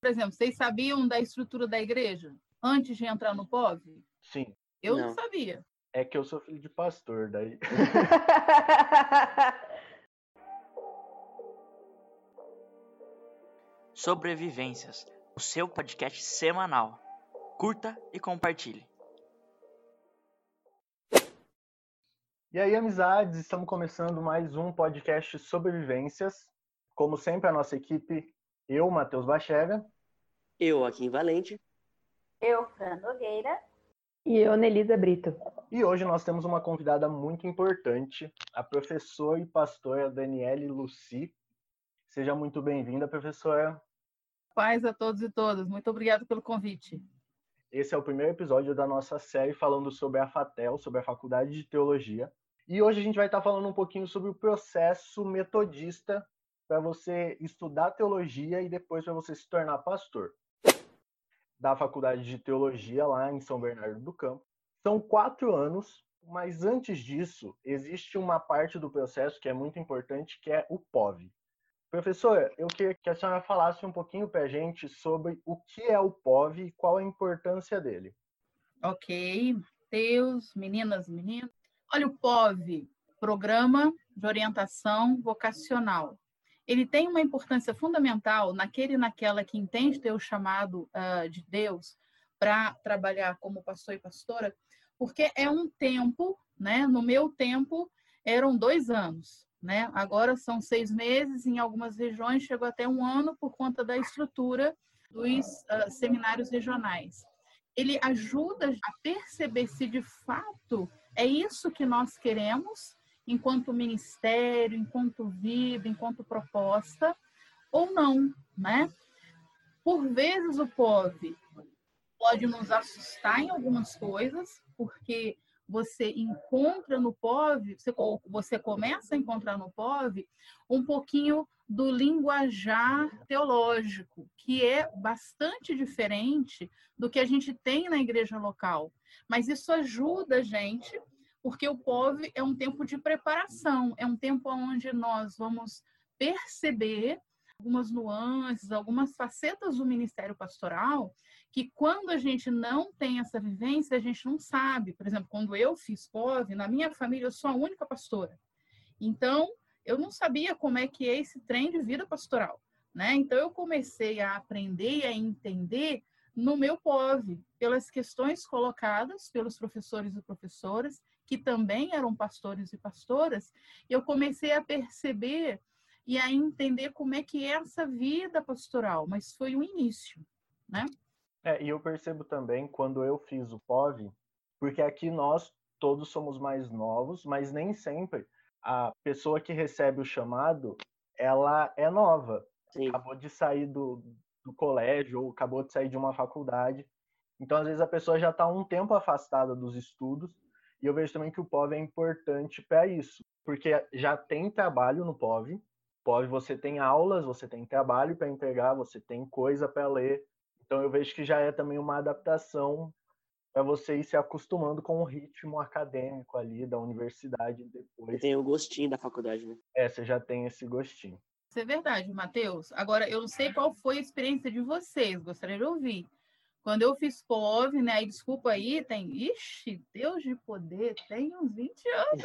Por exemplo, vocês sabiam da estrutura da igreja antes de entrar no POV? Sim. Eu não sabia. É que eu sou filho de pastor, daí. Sobrevivências, o seu podcast semanal. Curta e compartilhe. E aí, amizades, estamos começando mais um podcast Sobrevivências. Como sempre, a nossa equipe, eu, Matheus Bachega. Eu, Joaquim Valente. Eu, Fran Nogueira. E eu, Nelisa Brito. E hoje nós temos uma convidada muito importante, a professora e pastora Daniele Lucy. Seja muito bem-vinda, professora. Paz a todos e todas. Muito obrigada pelo convite. Esse é o primeiro episódio da nossa série falando sobre a FATEL, sobre a Faculdade de Teologia. E hoje a gente vai estar falando um pouquinho sobre o processo metodista para você estudar teologia e depois para você se tornar pastor. Da Faculdade de Teologia lá em São Bernardo do Campo. São 4 anos, mas antes disso existe uma parte do processo que é muito importante, que é o POV. Professora, eu queria que a senhora falasse um pouquinho para a gente sobre o que é o POV e qual a importância dele. Ok, Deus, meninas e meninos. Olha, o POV, Programa de Orientação Vocacional. Ele tem uma importância fundamental naquele e naquela que entende ter o chamado de Deus para trabalhar como pastor e pastora, porque é um tempo, né? No meu tempo eram 2 anos, né? Agora são 6 meses, em algumas regiões chegou até 1 ano por conta da estrutura dos seminários regionais. Ele ajuda a perceber se de fato é isso que nós queremos, enquanto ministério, enquanto vida, enquanto proposta, ou não, né? Por vezes o POV pode nos assustar em algumas coisas, porque você encontra no POV, você começa a encontrar no POV um pouquinho do linguajar teológico, que é bastante diferente do que a gente tem na igreja local. Mas isso ajuda a gente, porque o POV é um tempo de preparação, é um tempo onde nós vamos perceber algumas nuances, algumas facetas do ministério pastoral, que quando a gente não tem essa vivência, a gente não sabe. Por exemplo, quando eu fiz POV, na minha família eu sou a única pastora. Então, eu não sabia como é que é esse trem de vida pastoral, né? Então, eu comecei a aprender e a entender no meu POV, pelas questões colocadas pelos professores e professoras, que também eram pastores e pastoras, e eu comecei a perceber e a entender como é que é essa vida pastoral, mas foi o início, né? E eu percebo também, quando eu fiz o POV, porque aqui nós todos somos mais novos, mas nem sempre a pessoa que recebe o chamado, ela é nova. Sim. Acabou de sair do colégio, ou acabou de sair de uma faculdade. Então, às vezes, a pessoa já está um tempo afastada dos estudos, e eu vejo também que o POV é importante para isso, porque já tem trabalho no POV. POV você tem aulas, você tem trabalho para entregar, você tem coisa para ler. Então, eu vejo que já é também uma adaptação para você ir se acostumando com o ritmo acadêmico ali da universidade depois. Tem o gostinho da faculdade, né? Você já tem esse gostinho. Isso é verdade, Matheus. Agora, eu não sei qual foi a experiência de vocês, gostaria de ouvir. Quando eu fiz POV, né, aí, desculpa aí, ixi, Deus de poder, tem uns 20 anos.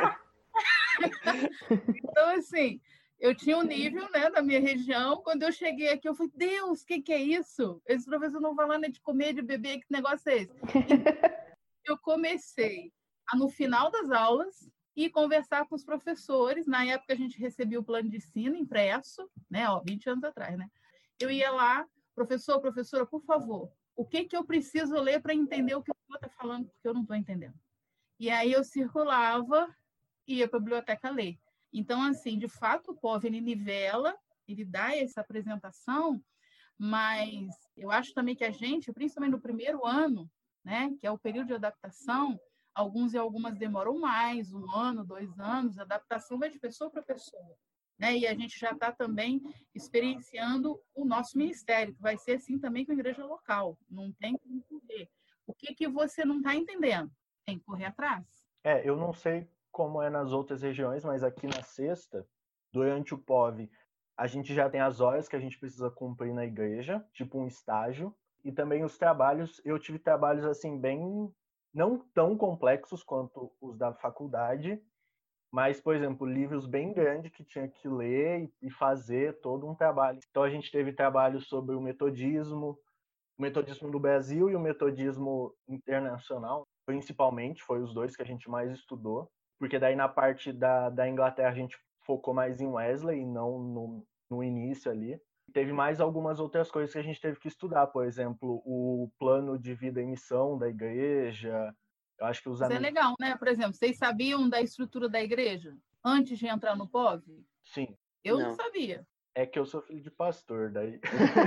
Então, assim, eu tinha um nível, né, da minha região. Quando eu cheguei aqui, eu falei, Deus, o que é isso? Esse professor não falando de comer, de beber, que negócio é esse? Eu comecei no final das aulas e conversar com os professores. Na época, a gente recebia o plano de ensino impresso, né, 20 anos atrás, né? Eu ia lá, professor, professora, por favor, o que eu preciso ler para entender o que o senhor está falando, porque eu não estou entendendo. E aí eu circulava e ia para a biblioteca ler. Então, assim, de fato, o POV, ele nivela, ele dá essa apresentação, mas eu acho também que a gente, principalmente no primeiro ano, né, que é o período de adaptação, alguns e algumas demoram mais, 1 ano, 2 anos, a adaptação vai de pessoa para pessoa, né, e a gente já está também experienciando o nosso ministério, que vai ser assim também com a igreja local, não tem como correr. O que você não está entendendo? Tem que correr atrás. Eu não sei como é nas outras regiões, mas aqui na Sexta, durante o POV, A gente já tem as horas que a gente precisa cumprir na igreja, tipo um estágio. E também os trabalhos, eu tive trabalhos assim bem, não tão complexos quanto os da faculdade, mas, por exemplo, livros bem grandes que tinha que ler e fazer todo um trabalho. Então a gente teve trabalhos sobre o metodismo do Brasil e o metodismo internacional, principalmente, foi os dois que a gente mais estudou, porque daí na parte da Inglaterra a gente focou mais em Wesley e não no início ali. Teve mais algumas outras coisas que a gente teve que estudar, por exemplo, o plano de vida e missão da igreja. Eu acho que os Isso é legal, né? Por exemplo, vocês sabiam da estrutura da igreja antes de entrar no POV? Sim. Eu não sabia. É que eu sou filho de pastor, daí.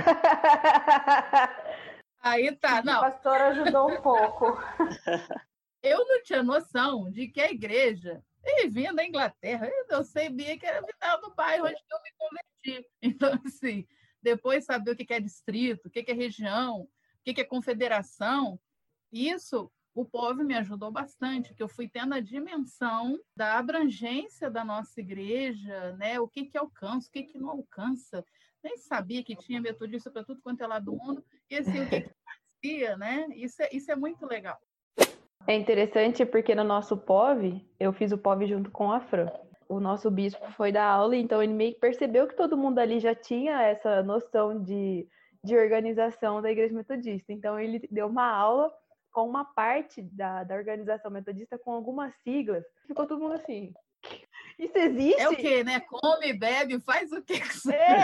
Aí tá, não. O pastor ajudou um pouco. Eu não tinha noção de que a igreja, vinha da Inglaterra, eu sabia que era Vital do Bairro, onde eu me converti. Então, assim, depois saber o que é distrito, o que é região, o que é confederação, isso o POV me ajudou bastante, que eu fui tendo a dimensão da abrangência da nossa igreja, né? O que alcança, o que não alcança. Nem sabia que tinha metodista para tudo quanto é lado do mundo, e assim, o que fazia, né? Isso é muito legal. É interessante porque no nosso POV, eu fiz o POV junto com a Fran. O nosso bispo foi dar aula, então ele meio que percebeu que todo mundo ali já tinha essa noção de organização da Igreja Metodista. Então ele deu uma aula com uma parte da organização metodista com algumas siglas. Ficou todo mundo assim, isso existe? É o quê, né? Come, bebe, faz o quê?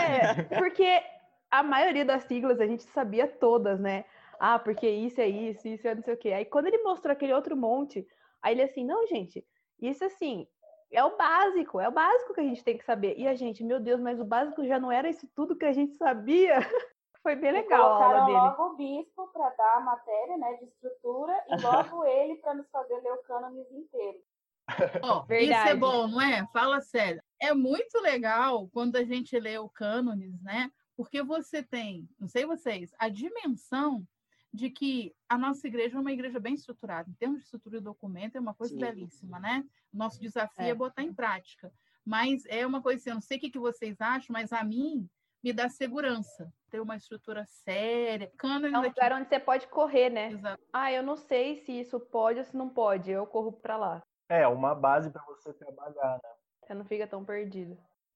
Porque a maioria das siglas a gente sabia todas, né? Ah, porque isso é não sei o quê. Aí quando ele mostrou aquele outro monte, aí ele assim, não, gente, isso assim, é o básico que a gente tem que saber. E a gente, meu Deus, mas o básico já não era isso tudo que a gente sabia? Foi bem legal a aula dele. Colocaram logo o bispo para dar a matéria, né, de estrutura, e logo ele para nos fazer ler o cânones inteiro. Isso é bom, não é? Fala sério. É muito legal quando a gente lê o cânones, né? Porque você tem, não sei vocês, a dimensão de que a nossa igreja é uma igreja bem estruturada. Em termos de estrutura de documento, é uma coisa belíssima, né? O nosso desafio é botar em prática. Mas é uma coisa assim, eu não sei o que vocês acham, mas a mim me dá segurança. Ter uma estrutura séria. Cânones é um lugar onde você pode correr, né? Exato. Ah, eu não sei se isso pode ou se não pode, eu corro para lá. É uma base para você trabalhar, né? Você não fica tão perdido.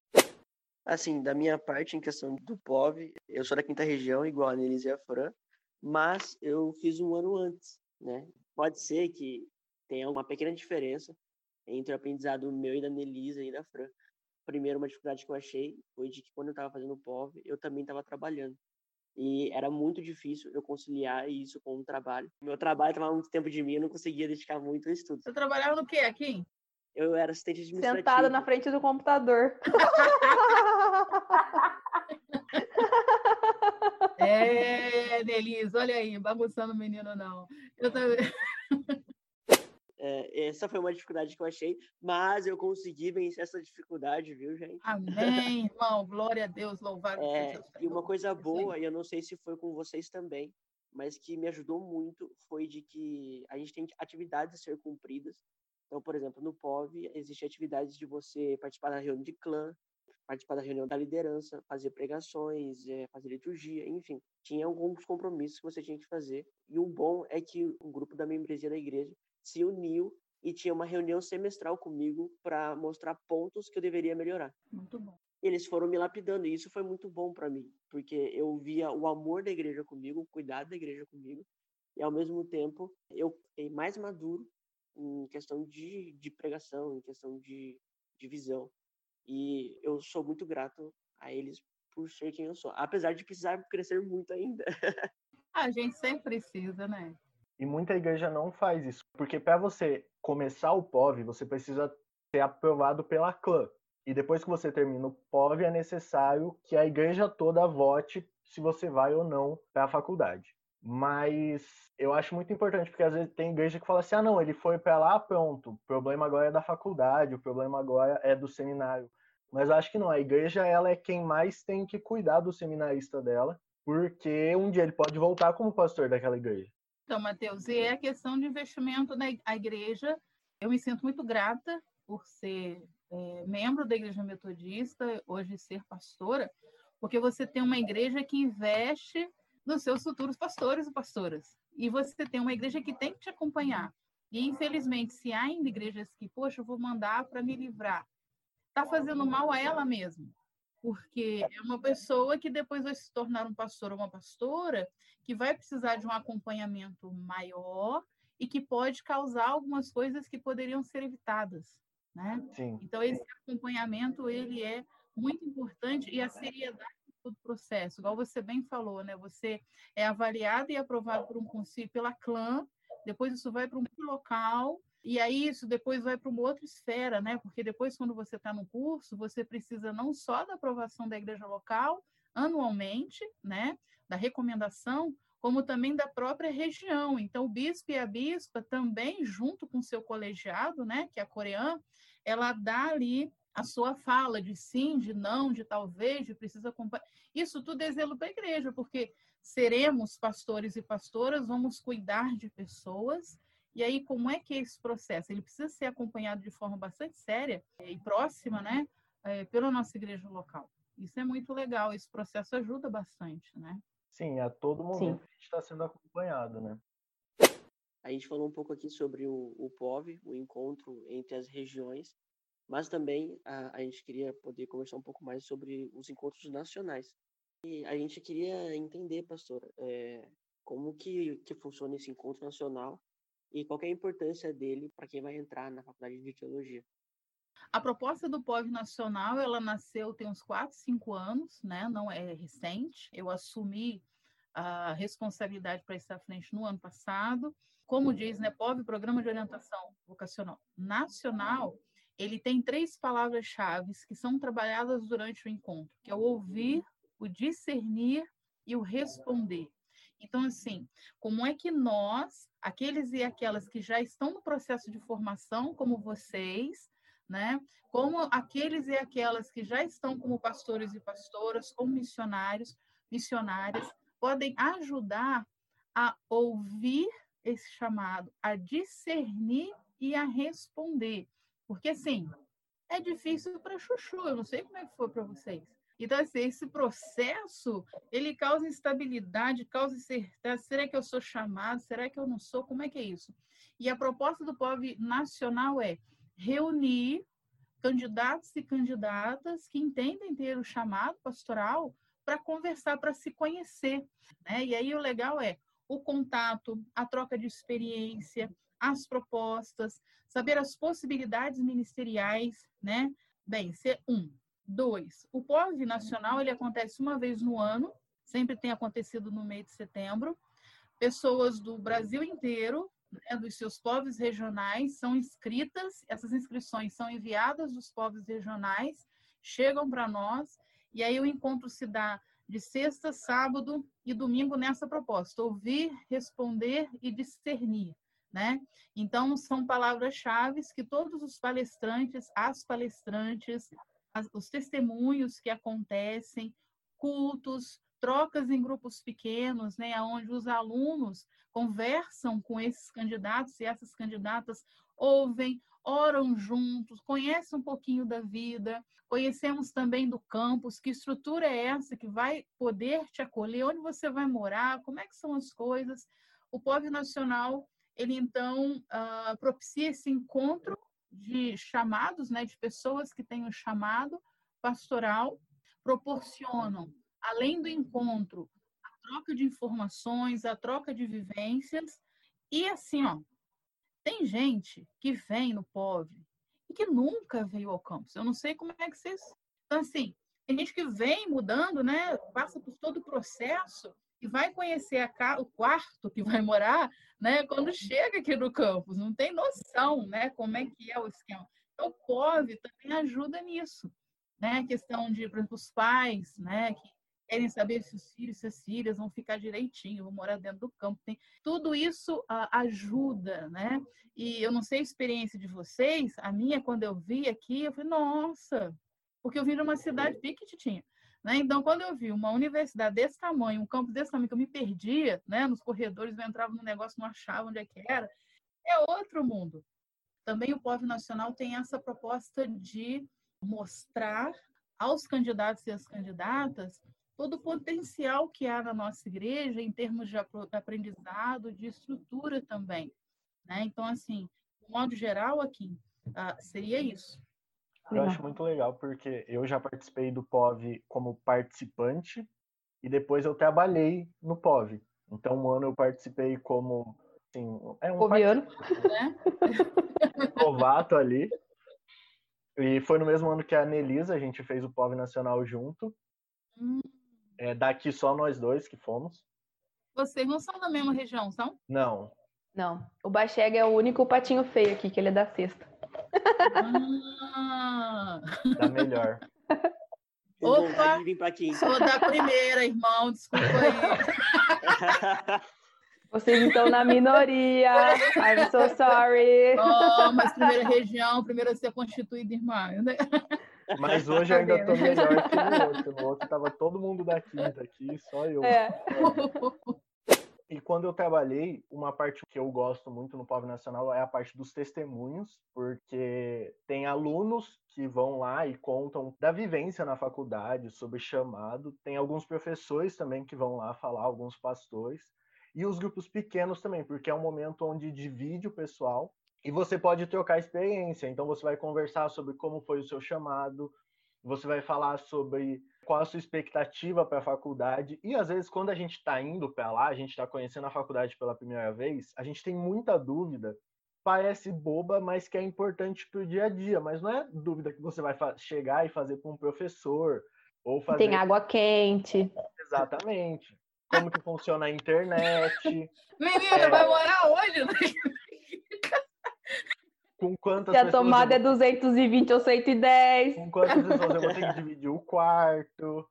Assim, da minha parte, em questão do POV, eu sou da 5ª região, igual a Nelise e a Fran, mas eu fiz um ano antes, né? Pode ser que tenha uma pequena diferença entre o aprendizado meu e da Nelisa e da Fran. Primeiro, uma dificuldade que eu achei foi de que quando eu estava fazendo o POV, eu também estava trabalhando. E era muito difícil eu conciliar isso com o trabalho. Meu trabalho tomava muito tempo de mim, eu não conseguia dedicar muito ao estudo. Você trabalhava no quê aqui? Eu era assistente administrativo. Sentada na frente do computador. Nelise, olha aí, bagunçando o menino, não. Eu também. Essa foi uma dificuldade que eu achei, mas eu consegui vencer essa dificuldade, viu, gente? Amém, irmão. Glória a Deus, louvado seja o Senhor. E uma coisa boa, e eu não sei se foi com vocês também, mas que me ajudou muito, foi de que a gente tem atividades a ser cumpridas. Então, por exemplo, no POV, existem atividades de você participar da reunião de clã, participar da reunião da liderança, fazer pregações, fazer liturgia, enfim. Tinha alguns compromissos que você tinha que fazer. E o bom é que o grupo da membresia da igreja se uniu e tinha uma reunião semestral comigo para mostrar pontos que eu deveria melhorar. Muito bom. Eles foram me lapidando, e isso foi muito bom para mim, porque eu via o amor da igreja comigo, o cuidado da igreja comigo, e ao mesmo tempo eu fiquei mais maduro em questão de pregação, em questão de visão. E eu sou muito grato a eles por ser quem eu sou, apesar de precisar crescer muito ainda. A gente sempre precisa, né? E muita igreja não faz isso, porque para você começar o POV, você precisa ser aprovado pela clã. E depois que você termina o POV, é necessário que a igreja toda vote se você vai ou não para a faculdade. Mas eu acho muito importante, porque às vezes tem igreja que fala assim, não, ele foi para lá, pronto, o problema agora é da faculdade, o problema agora é do seminário. Mas eu acho que não, a igreja ela é quem mais tem que cuidar do seminarista dela, porque um dia ele pode voltar como pastor daquela igreja. Então, Mateus, e é a questão de investimento na igreja. Eu me sinto muito grata por ser membro da Igreja Metodista, hoje ser pastora, porque você tem uma igreja que investe nos seus futuros pastores e pastoras. E você tem uma igreja que tem que te acompanhar. E, infelizmente, se há ainda igrejas que, poxa, eu vou mandar para me livrar, está fazendo mal a ela mesma. Porque é uma pessoa que depois vai se tornar um pastor ou uma pastora que vai precisar de um acompanhamento maior e que pode causar algumas coisas que poderiam ser evitadas, né? Sim. Então, esse acompanhamento, ele é muito importante e a seriedade do processo, igual você bem falou, né? Você é avaliado e aprovado por um conselho, pela CLAM, depois isso vai para um local, e aí isso depois vai para uma outra esfera, né? Porque depois, quando você está no curso, você precisa não só da aprovação da igreja local, anualmente, né? Da recomendação, como também da própria região. Então, o bispo e a bispa também, junto com o seu colegiado, né? Que é a Coreã, ela dá ali a sua fala de sim, de não, de talvez, de precisa acompanhar. Isso tudo é zelo para a igreja, porque seremos pastores e pastoras, vamos cuidar de pessoas. E aí, como é que é esse processo? Ele precisa ser acompanhado de forma bastante séria e próxima, né, pela nossa igreja local. Isso é muito legal, esse processo ajuda bastante, né? Sim, a todo momento a gente está sendo acompanhado, né? A gente falou um pouco aqui sobre o POV, o encontro entre as regiões, mas também a gente queria poder conversar um pouco mais sobre os encontros nacionais. E a gente queria entender, pastora, como que funciona esse encontro nacional e qual que é a importância dele para quem vai entrar na faculdade de teologia. A proposta do POV Nacional, ela nasceu tem uns 4, 5 anos, né? Não é recente. Eu assumi a responsabilidade para estar à frente no ano passado. Como diz, né, POV, Programa de Orientação Vocacional Nacional, ele tem 3 palavras-chave que são trabalhadas durante o encontro, que é o ouvir, o discernir e o responder. Então, assim, como é que nós, aqueles e aquelas que já estão no processo de formação, como vocês, né, como aqueles e aquelas que já estão como pastores e pastoras, como missionários, missionárias, podem ajudar a ouvir esse chamado, a discernir e a responder. Porque, assim, é difícil para chuchu, eu não sei como é que foi para vocês. Então, assim, esse processo, ele causa instabilidade, causa incerteza. Será que eu sou chamado? Será que eu não sou? Como é que é isso? E a proposta do POV Nacional é reunir candidatos e candidatas que entendem ter o chamado pastoral para conversar, para se conhecer, né? E aí o legal é o contato, a troca de experiência, as propostas, saber as possibilidades ministeriais, né? Bem, ser 2. O POV Nacional, ele acontece uma vez no ano, sempre tem acontecido no mês de setembro. Pessoas do Brasil inteiro, né, dos seus povos regionais, são inscritas, essas inscrições são enviadas dos povos regionais, chegam para nós, e aí o encontro se dá de sexta, sábado e domingo nessa proposta, ouvir, responder e discernir, né? Então, são palavras-chave que todos os palestrantes, as palestrantes, os testemunhos que acontecem, cultos, trocas em grupos pequenos, né, onde os alunos conversam com esses candidatos e essas candidatas ouvem, oram juntos, conhecem um pouquinho da vida, conhecemos também do campus, que estrutura é essa que vai poder te acolher, onde você vai morar, como é que são as coisas. O POV Nacional, ele então propicia esse encontro de chamados, né, de pessoas que têm o chamado pastoral, proporcionam, além do encontro, a troca de informações, a troca de vivências. E assim, ó, tem gente que vem no POV e que nunca veio ao campus. Eu não sei como é que vocês... Então, assim, tem gente que vem mudando, né? Passa por todo o processo e vai conhecer o quarto que vai morar, né? Quando chega aqui no campus. Não tem noção, né? Como é que é o esquema. Então, o POV também ajuda nisso, né? A questão de, por exemplo, os pais, né? Que querem saber se os filhos e as filhas vão ficar direitinho, vão morar dentro do campo. Tudo isso ajuda, né? E eu não sei a experiência de vocês, a minha, quando eu vi aqui, eu falei, nossa, porque eu vim de uma cidade pequititinha, né? Então, quando eu vi uma universidade desse tamanho, um campus desse tamanho, que eu me perdia, né? Nos corredores, eu entrava no negócio, não achava onde é que era, é outro mundo. também o POV Nacional tem essa proposta de mostrar aos candidatos e às candidatas todo o potencial que há na nossa igreja em termos de aprendizado, de estrutura também, né? Então, assim, de modo geral aqui, seria isso. Eu acho muito legal, porque eu já participei do POV como participante e depois eu trabalhei no POV. Então, um ano eu participei como, assim, Poviano, né? Novato ali. E foi no mesmo ano que a Anelisa, a gente fez o POV Nacional junto. Daqui só nós dois que fomos. Vocês não são da mesma região, são? Não. Não. O Bachega é o único patinho feio aqui, que ele é da sexta. Da melhor. Opa! De vir pra quinta. Sou da primeira, irmão. Desculpa aí. Vocês estão na minoria. I'm so sorry. Oh, mas primeira região, primeira a ser constituída irmã. Né? Mas hoje eu ainda tô melhor que no outro. No outro tava todo mundo da quinta aqui, só eu. E quando eu trabalhei, uma parte que eu gosto muito no POV Nacional é a parte dos testemunhos, porque tem alunos que vão lá e contam da vivência na faculdade, sobre chamado. Tem alguns professores também que vão lá falar, alguns pastores. E os grupos pequenos também, porque é um momento onde divide o pessoal e você pode trocar experiência. Então você vai conversar sobre como foi o seu chamado, você vai falar sobre qual a sua expectativa para a faculdade. E às vezes, quando a gente está indo para lá, a gente está conhecendo a faculdade pela primeira vez, a gente tem muita dúvida. Parece boba, mas que é importante para o dia a dia. Mas não é dúvida que você vai chegar e fazer para um professor. Ou fazer... Tem água quente. Exatamente. Como que funciona a internet. Menina, vai morar onde? Com quantas Se a pessoas tomada é 220 ou 110. Com quantas pessoas eu vou ter que dividir o quarto?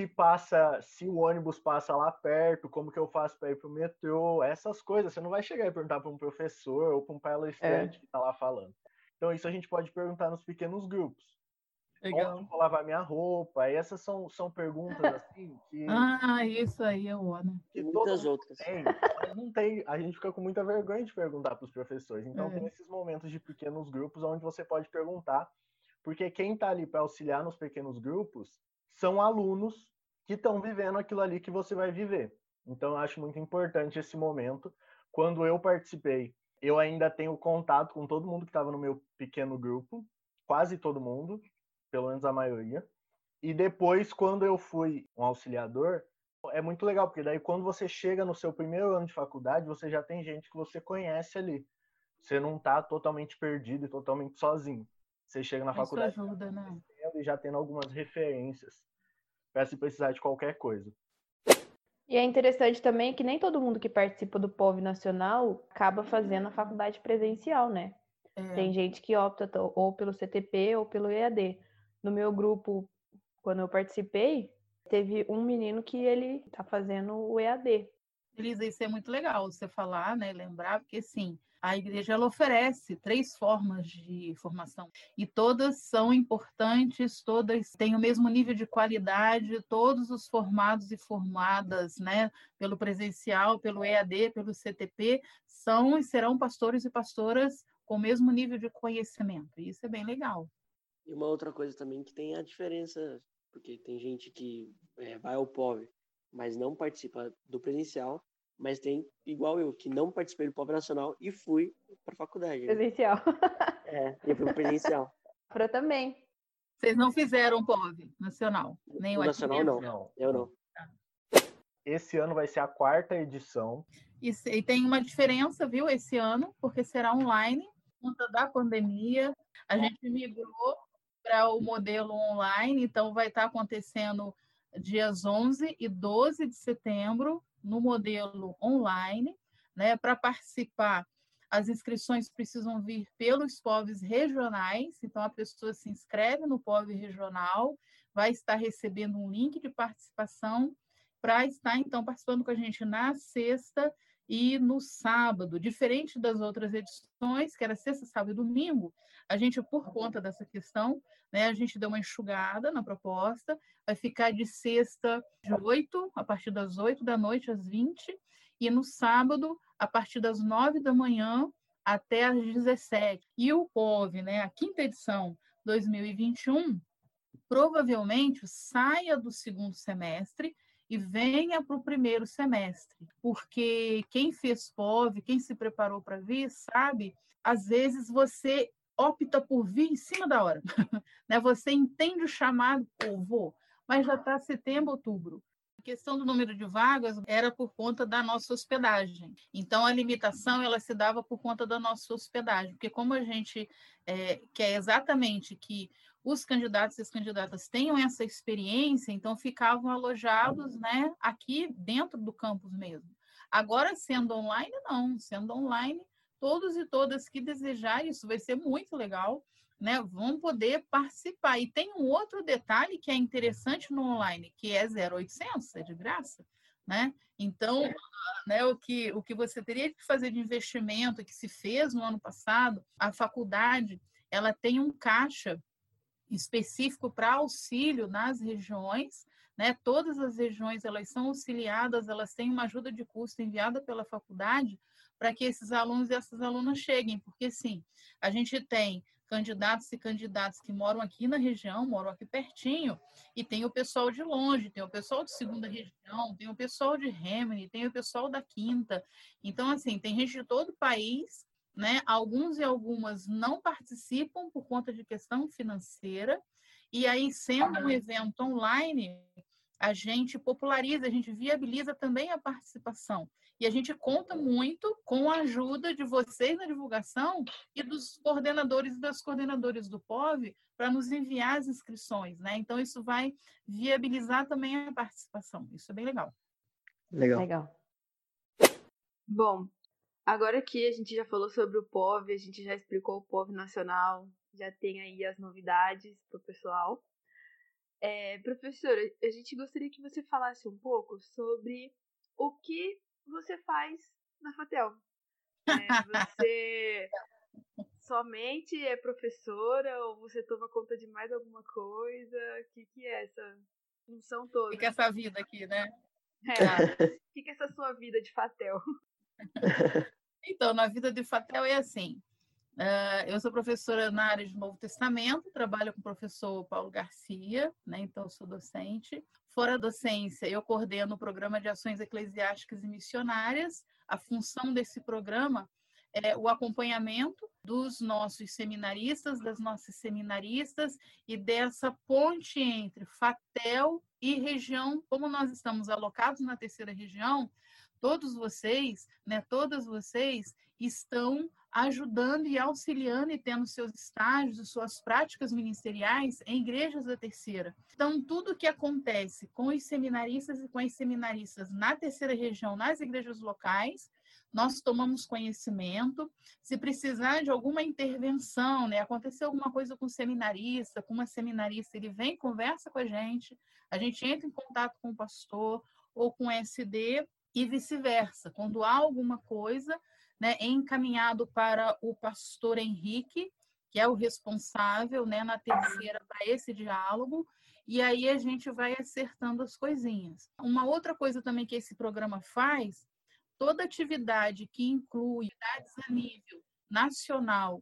Se o ônibus passa lá perto, como que eu faço para ir pro metrô? Essas coisas. Você não vai chegar e perguntar para um professor ou para um palestrante que está lá falando. Então, isso a gente pode perguntar nos pequenos grupos. Legal. Onde eu vou lavar minha roupa? E essas são perguntas assim que... isso aí é ótimo. E muitas outras. Mas não tem. A gente fica com muita vergonha de perguntar para os professores. Então, tem esses momentos de pequenos grupos onde você pode perguntar, porque quem está ali para auxiliar nos pequenos grupos são alunos que estão vivendo aquilo ali que você vai viver. Então, eu acho muito importante esse momento. Quando eu participei, eu ainda tenho contato com todo mundo que estava no meu pequeno grupo, quase todo mundo, pelo menos a maioria. E depois, quando eu fui um auxiliador, é muito legal, porque daí quando você chega no seu primeiro ano de faculdade, você já tem gente que você conhece ali. Você não está totalmente perdido e totalmente sozinho. Você chega na faculdade Isso ajuda, né? E já tendo algumas referências para se precisar de qualquer coisa. E é interessante também que nem todo mundo que participa do POV Nacional acaba fazendo a faculdade presencial, né? Tem gente que opta ou pelo CTP ou pelo EAD. No meu grupo, quando eu participei, teve um menino que ele tá fazendo o EAD. Elisa, isso é muito legal você falar, né? Lembrar, porque sim, a igreja ela oferece 3 formas de formação e todas são importantes, todas têm o mesmo nível de qualidade, todos os formados e formadas, né? Pelo presencial, pelo EAD, pelo CTP, são e serão pastores e pastoras com o mesmo nível de conhecimento. E isso é bem legal. E uma outra coisa também que tem a diferença, porque tem gente que vai ao POV, mas não participa do presencial, mas tem, igual eu, que não participei do POV Nacional e fui para a faculdade. Né? Presencial. Eu fui pro presencial. Eu também. Vocês não fizeram POV Nacional? Nem o Nacional, não. Eu não. Esse ano vai ser a 4ª edição. E tem uma diferença, viu, esse ano, porque será online, por conta da pandemia. A gente migrou para o modelo online, então vai estar acontecendo dias 11 e 12 de setembro, no modelo online, né? Para participar, as inscrições precisam vir pelos POVs regionais, então a pessoa se inscreve no POV regional, vai estar recebendo um link de participação para estar, então, participando com a gente na sexta e no sábado. Diferente das outras edições, que era sexta, sábado e domingo, a gente, por conta dessa questão, né, a gente deu uma enxugada na proposta, vai ficar de sexta de 8, a partir das 8 da noite às 20, e no sábado, a partir das 9 da manhã até às 17. E o POV, né, a 5ª edição 2021, provavelmente saia do 2º semestre e venha para o 1º semestre, porque quem fez POV, quem se preparou para vir, sabe, às vezes você opta por vir em cima da hora, né? Você entende o chamado, vou, mas já está setembro, outubro. A questão do número de vagas era por conta da nossa hospedagem. Então, a limitação ela se dava por conta da nossa hospedagem, porque como a gente quer exatamente que os candidatos e as candidatas tenham essa experiência, então ficavam alojados, né, aqui dentro do campus mesmo. Agora, sendo online, não. Sendo online, todos e todas que desejarem, isso vai ser muito legal, né, vão poder participar. E tem um outro detalhe que é interessante no online, que é 0800, é de graça, né? Então, né, o que você teria que fazer de investimento, que se fez no ano passado, a faculdade, ela tem um caixa específico para auxílio nas regiões, né? Todas as regiões elas são auxiliadas, elas têm uma ajuda de custo enviada pela faculdade para que esses alunos e essas alunas cheguem, porque sim, a gente tem candidatos e candidatas que moram aqui na região, moram aqui pertinho, e tem o pessoal de longe, tem o pessoal de 2ª região, tem o pessoal de Rimini, tem o pessoal da 5ª. Então, assim, tem gente de todo o país, né? Alguns e algumas não participam por conta de questão financeira, e aí, sendo um evento online, a gente populariza, a gente viabiliza também a participação. E a gente conta muito com a ajuda de vocês na divulgação e dos coordenadores e das coordenadoras do POV para nos enviar as inscrições, né? Então, isso vai viabilizar também a participação. Isso é bem legal. Legal. Bom, agora que a gente já falou sobre o POV, a gente já explicou o POV nacional, já tem aí as novidades para o pessoal. Professora, a gente gostaria que você falasse um pouco sobre o que você faz na FATEL. Você somente é professora ou você toma conta de mais alguma coisa? O que é essa função toda? O que é essa vida aqui, né? O que é essa sua vida de FATEL? Então, na vida de FATEL é assim. Eu sou professora na área de Novo Testamento, trabalho com o professor Paulo Garcia, né? Então eu sou docente. Fora a docência, eu coordeno o programa de ações eclesiásticas e missionárias. A função desse programa é o acompanhamento dos nossos seminaristas, das nossas seminaristas e dessa ponte entre FATEL e região. Como nós estamos alocados na 3ª região, todos vocês, né, todas vocês estão ajudando e auxiliando e tendo seus estágios e suas práticas ministeriais em igrejas da 3ª. Então, tudo que acontece com os seminaristas e com as seminaristas na 3ª região, nas igrejas locais, nós tomamos conhecimento. Se precisar de alguma intervenção, né, acontecer alguma coisa com o seminarista, com uma seminarista, ele vem, conversa com a gente entra em contato com o pastor ou com o SD e vice-versa. Quando há alguma coisa, né, é encaminhado para o pastor Henrique, que é o responsável, né, na 3ª para esse diálogo, e aí a gente vai acertando as coisinhas. Uma outra coisa também que esse programa faz, toda atividade que inclui atividades a nível nacional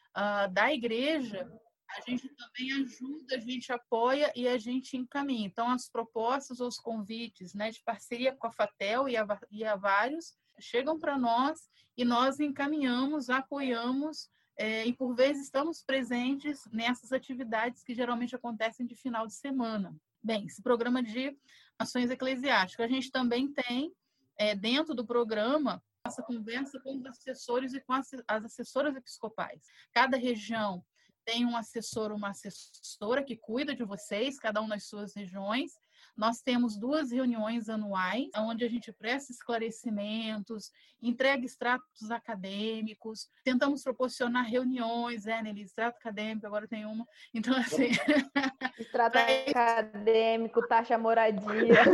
da igreja, a gente também ajuda, a gente apoia e a gente encaminha. Então, as propostas, os convites, né, de parceria com a FATEL e a vários, chegam para nós e nós encaminhamos, apoiamos e, por vezes, estamos presentes nessas atividades que geralmente acontecem de final de semana. Bem, esse programa de ações eclesiásticas, a gente também tem, dentro do programa, essa conversa com os assessores e com as assessoras episcopais. Cada região tem um assessor, uma assessora que cuida de vocês, cada um nas suas regiões. Nós temos 2 reuniões anuais, onde a gente presta esclarecimentos, entrega extratos acadêmicos, tentamos proporcionar reuniões, Nelly, extrato acadêmico, agora tem uma. Então, assim... Extrato acadêmico, taxa moradia.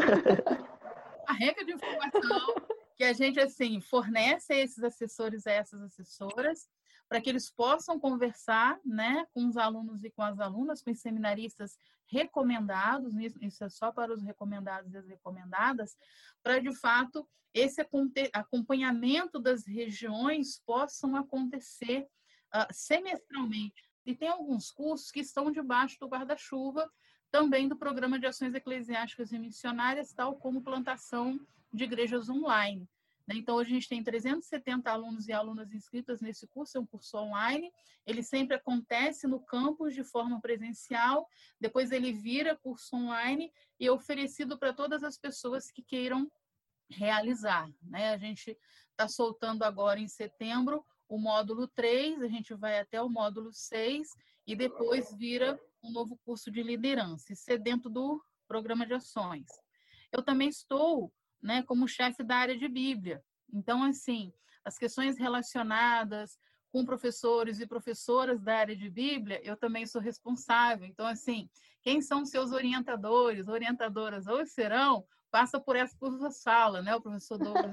A regra de informação que a gente, assim, fornece a esses assessores, a essas assessoras, para que eles possam conversar, né, com os alunos e com as alunas, com os seminaristas recomendados, isso é só para os recomendados e as recomendadas, para, de fato, esse acompanhamento das regiões possam acontecer semestralmente. E tem alguns cursos que estão debaixo do guarda-chuva também do Programa de Ações Eclesiásticas e Missionárias, tal como plantação de igrejas online. Então, hoje a gente tem 370 alunos e alunas inscritas nesse curso, é um curso online. Ele sempre acontece no campus de forma presencial, depois ele vira curso online e é oferecido para todas as pessoas que queiram realizar, né? A gente está soltando agora em setembro o módulo 3, a gente vai até o módulo 6 e depois vira um novo curso de liderança. Isso é dentro do programa de ações. Eu também estou, né, como chefe da área de Bíblia. Então, assim, as questões relacionadas com professores e professoras da área de Bíblia, eu também sou responsável. Então, assim, quem são seus orientadores, orientadoras ou serão, passa por essa sala, né? O professor Douglas.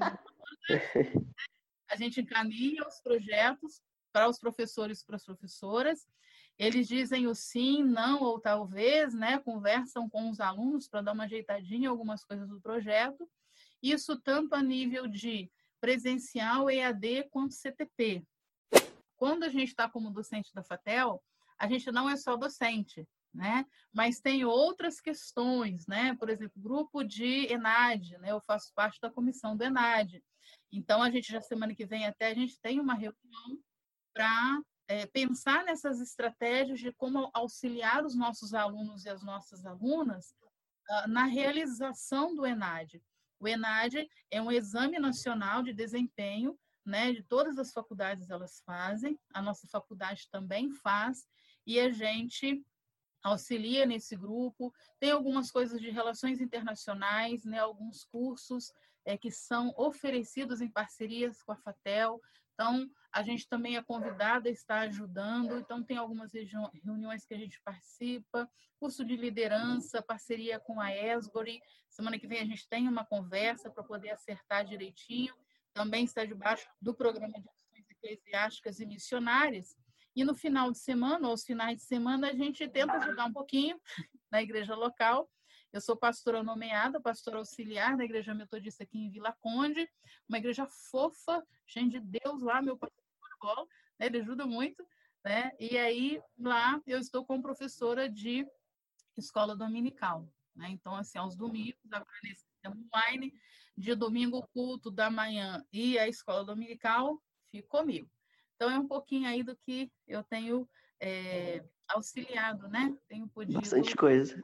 A gente encaminha os projetos para os professores e para as professoras. Eles dizem o sim, não ou talvez, né? Conversam com os alunos para dar uma ajeitadinha em algumas coisas do projeto. Isso tanto a nível de presencial, EAD, quanto CTP. Quando a gente está como docente da FATEL, a gente não é só docente, né? Mas tem outras questões, né? Por exemplo, grupo de ENAD, né? Eu faço parte da comissão do ENAD. Então, a gente já semana que vem até a gente tem uma reunião para pensar nessas estratégias de como auxiliar os nossos alunos e as nossas alunas na realização do ENAD. O ENAD é um exame nacional de desempenho, né, de todas as faculdades elas fazem, a nossa faculdade também faz, e a gente auxilia nesse grupo. Tem algumas coisas de relações internacionais, né, alguns cursos que são oferecidos em parcerias com a FATEL. Então, a gente também é convidada a estar ajudando. Então, tem algumas reuniões que a gente participa, curso de liderança, parceria com a Esgori. Semana que vem a gente tem uma conversa para poder acertar direitinho. Também está debaixo do Programa de Ações Eclesiásticas e Missionárias. E no final de semana, ou aos finais de semana, a gente tenta ajudar um pouquinho na igreja local. Eu sou pastora nomeada, pastora auxiliar da Igreja Metodista aqui em Vila Conde, uma igreja fofa, cheia de Deus lá, meu pastor, né? Ele ajuda muito, né? E aí, lá, eu estou como professora de escola dominical, né? Então, assim, aos domingos, agora nesse sistema online, de domingo, o culto da manhã e a escola dominical, fico comigo. Então, é um pouquinho aí do que eu tenho auxiliado, né? Tenho podido... Bastante coisa.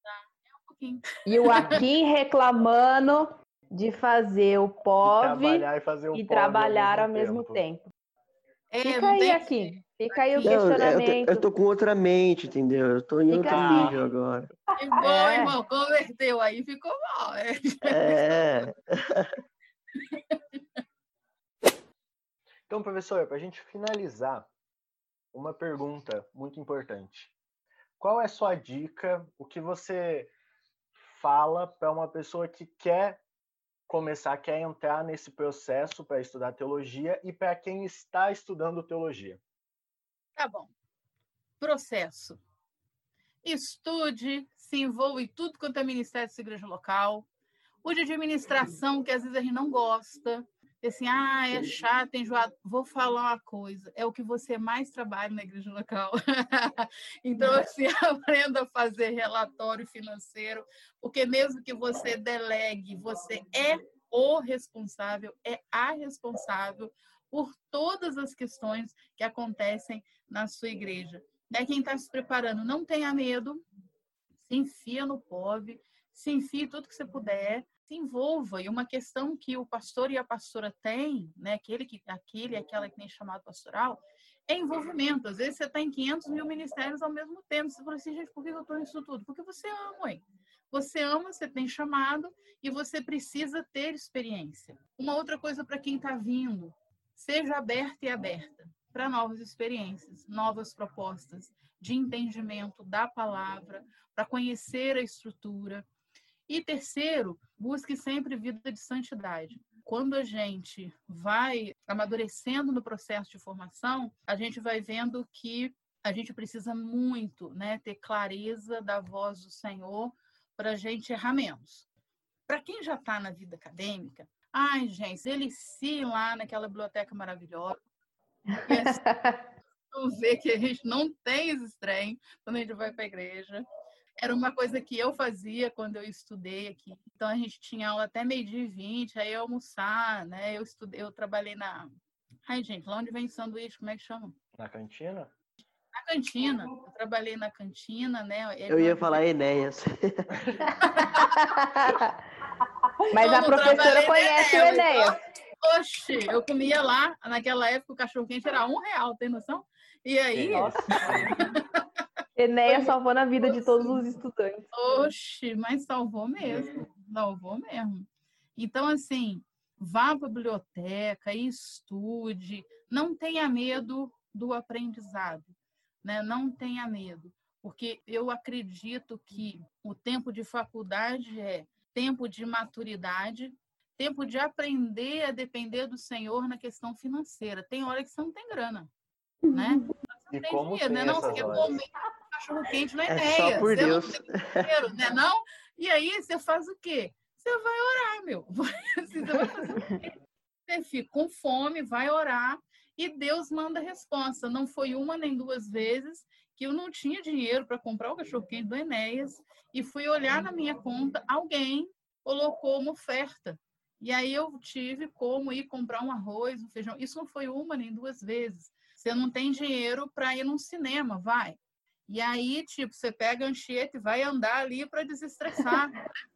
E o Akin reclamando de fazer o POV e trabalhar ao mesmo tempo. Fica aí, Akin. Fica aí o questionamento. Eu tô com outra mente, entendeu? Eu tô em outro nível agora. Que bom, irmão. Converteu aí, ficou bom. Então, professor, para a gente finalizar, uma pergunta muito importante. Qual é a sua dica, o que você fala para uma pessoa que quer começar, quer entrar nesse processo para estudar teologia e para quem está estudando teologia? Tá bom. Processo. Estude, se envolva em tudo quanto é ministério dessa igreja local. O de administração, que às vezes a gente não gosta. Assim, é chato, enjoado. Vou falar uma coisa, é o que você mais trabalha na igreja local. Então, assim, aprenda a fazer relatório financeiro, porque mesmo que você delegue, você é o responsável, é a responsável por todas as questões que acontecem na sua igreja. Né? Quem está se preparando, não tenha medo, se enfia no POV, se enfie tudo que você puder, se envolva. E uma questão que o pastor e a pastora têm, né, aquele e aquela que tem chamado pastoral, é envolvimento. Às vezes você está em 500 mil ministérios ao mesmo tempo. Você fala assim, gente, por que eu estou nisso tudo? Porque você ama, hein? Você ama, você tem chamado e você precisa ter experiência. Uma outra coisa para quem está vindo, seja aberta e aberta para novas experiências, novas propostas de entendimento da palavra, para conhecer a estrutura. E terceiro, busque sempre vida de santidade. quando a gente vai amadurecendo no processo de formação, a gente vai vendo que a gente precisa muito, né, ter clareza da voz do Senhor para a gente errar menos. Para quem já está na vida acadêmica, ai, gente, deliciem lá naquela biblioteca maravilhosa. E assim, vamos ver que a gente não tem esse trem quando a gente vai para a igreja. Era uma coisa que eu fazia quando eu estudei aqui. Então, a gente tinha aula até 12h20, aí eu almoçar, né? Eu trabalhei na... Ai, gente, lá onde vem sanduíche, como é que chama? Na cantina? Na cantina. Eu trabalhei na cantina, né? Eu ia falar Enéas. Mas a professora conhece o Enéas. Oxe, eu comia lá, naquela época o cachorro-quente era R$1, tem noção? E aí... Nossa. Enéas salvou a vida de todos os estudantes. Oxe, mas salvou mesmo. Salvou mesmo. Então, assim, vá para a biblioteca, estude, não tenha medo do aprendizado, né? Não tenha medo, porque eu acredito que o tempo de faculdade é tempo de maturidade, tempo de aprender a depender do Senhor na questão financeira. Tem hora que você não tem grana, né? Você E tem como dinheiro, tem né? Não, essas você quer horas? comer cachorro-quente na É Enéas. só por Deus. Não tem dinheiro, né? Não? E aí você faz o quê? Você vai orar, meu. Você vai fazer o quê? Você fica com fome, vai orar e Deus manda a resposta. Não foi uma nem duas vezes que eu não tinha dinheiro para comprar o cachorro-quente do Enéas e fui olhar na minha conta, alguém colocou uma oferta. E aí eu tive como ir comprar um arroz, um feijão. Isso não foi uma nem duas vezes. Você não tem dinheiro para ir num cinema, vai. E aí, tipo, você pega a Anchieta e vai andar ali para desestressar.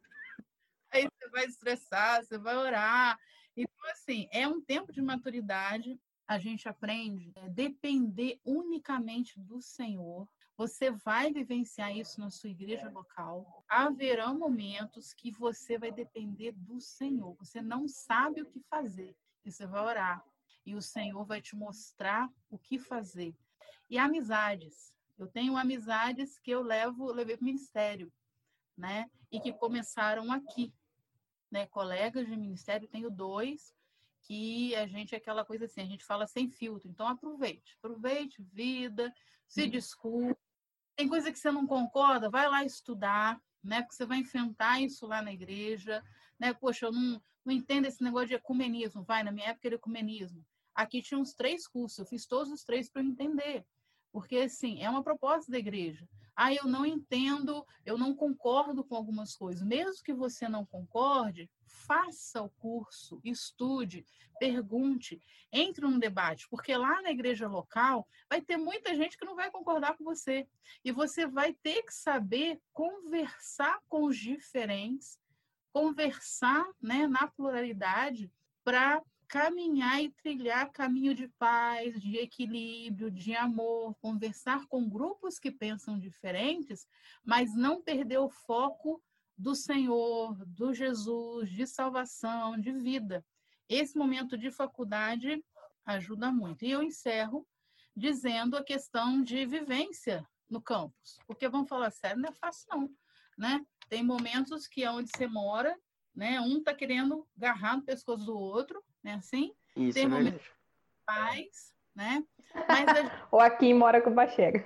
Aí você vai estressar, você vai orar. Então, assim, é um tempo de maturidade. A gente aprende a depender unicamente do Senhor. Você vai vivenciar isso na sua igreja local. Haverá momentos que você vai depender do Senhor. Você não sabe o que fazer. E você vai orar. E o Senhor vai te mostrar o que fazer. E amizades. Eu tenho amizades que eu levei para o ministério, né? E que começaram aqui, né? Colegas de ministério, tenho 2 que a gente é aquela coisa assim, a gente fala sem filtro. Então aproveite vida, se desculpe. Tem coisa que você não concorda, vai lá estudar, né? Porque você vai enfrentar isso lá na igreja, né? Poxa, eu não entendo esse negócio de ecumenismo. Vai, na minha época era ecumenismo. Aqui tinha uns 3 cursos, eu fiz todos os 3 para eu entender. Porque, assim, é uma proposta da igreja. Ah, eu não entendo, eu não concordo com algumas coisas. Mesmo que você não concorde, faça o curso, estude, pergunte, entre num debate. Porque lá na igreja local vai ter muita gente que não vai concordar com você. E você vai ter que saber conversar com os diferentes, conversar, né, na pluralidade para caminhar e trilhar caminho de paz, de equilíbrio, de amor, conversar com grupos que pensam diferentes, mas não perder o foco do Senhor, do Jesus, de salvação, de vida. Esse momento de faculdade ajuda muito. E eu encerro dizendo a questão de vivência no campus, porque vamos falar sério, não é fácil não, né? Tem momentos que é onde você mora, né? Um está querendo agarrar no pescoço do outro, né? Assim, Isso tem é momentos verdade. de paz, né? Mas Ou aqui mora com o Bachega.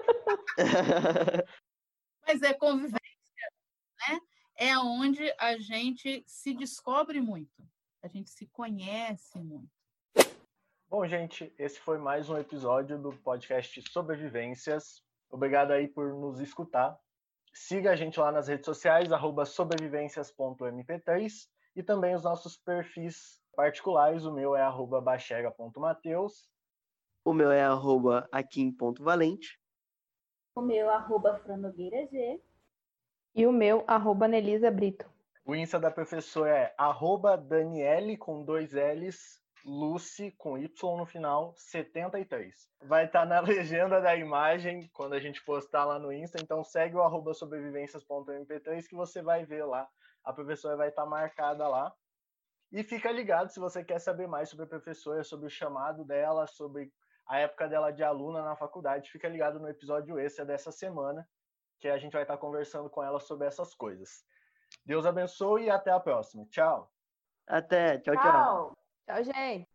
mas é convivência, né? É onde a gente se descobre muito, a gente se conhece muito. Bom, gente, esse foi mais um episódio do podcast Sobrevivências. Obrigado aí por nos escutar. Siga a gente lá nas redes sociais, @sobrevivências.mp3 e também os nossos perfis particulares. O meu é @bachega.mateus. O meu é @akim.valente. O meu, @franogueirag. E o meu, @Nelisa Brito. O Insta da professora é @Daniele com 2 L's, Lucy com Y no final, 73. Vai estar na legenda da imagem quando a gente postar lá no Insta, então segue o @sobrevivências.mp3 que você vai ver lá. A professora vai estar marcada lá. E fica ligado se você quer saber mais sobre a professora, sobre o chamado dela, sobre a época dela de aluna na faculdade. Fica ligado no episódio extra dessa semana, que a gente vai estar conversando com ela sobre essas coisas. Deus abençoe e até a próxima. Tchau! Até. Tchau, tchau. Tchau. Tchau, gente.